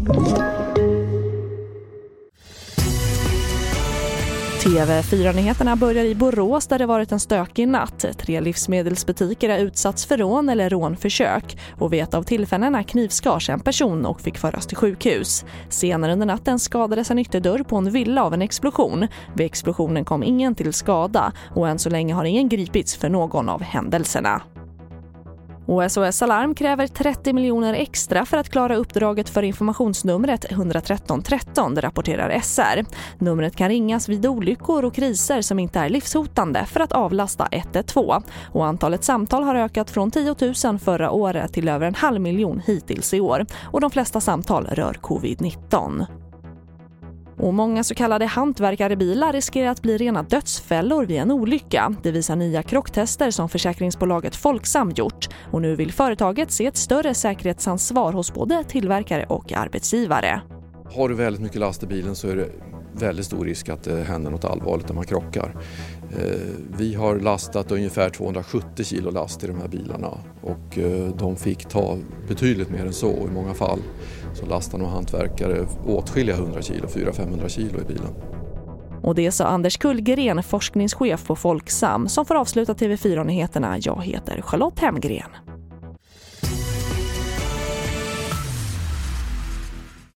TV4-nyheterna börjar i Borås där det varit en stökig natt. 3 livsmedelsbutiker har utsatts för rån eller rånförsök och vid ett av tillfällena knivskars en person och fick föras till sjukhus. Senare under natten skadades en ytterdörr på en villa av en explosion. Vid explosionen kom ingen till skada och än så länge har ingen gripits för någon av händelserna. Och SOS Alarm kräver 30 miljoner extra för att klara uppdraget för informationsnumret 113 13, det rapporterar SR. Numret kan ringas vid olyckor och kriser som inte är livshotande för att avlasta 112. Och antalet samtal har ökat från 10 000 förra året till över 500 000 hittills i år. Och de flesta samtal rör covid-19. Och många så kallade hantverkarebilar riskerar att bli rena dödsfällor vid en olycka. Det visar nya krocktester som försäkringsbolaget Folksam gjort. Och nu vill företaget se ett större säkerhetsansvar hos både tillverkare och arbetsgivare. Har du väldigt mycket last i bilen så är det väldigt stor risk att det händer något allvarligt när man krockar. Vi har lastat ungefär 270 kilo last i de här bilarna och de fick ta betydligt mer än så i många fall. Så lastar nog hantverkare åtskilliga 100 kilo, 400-500 kilo i bilen. Och det sa Anders Kullgren, forskningschef på Folksam, som får avsluta TV4-nyheterna. Jag heter Charlotte Hemgren.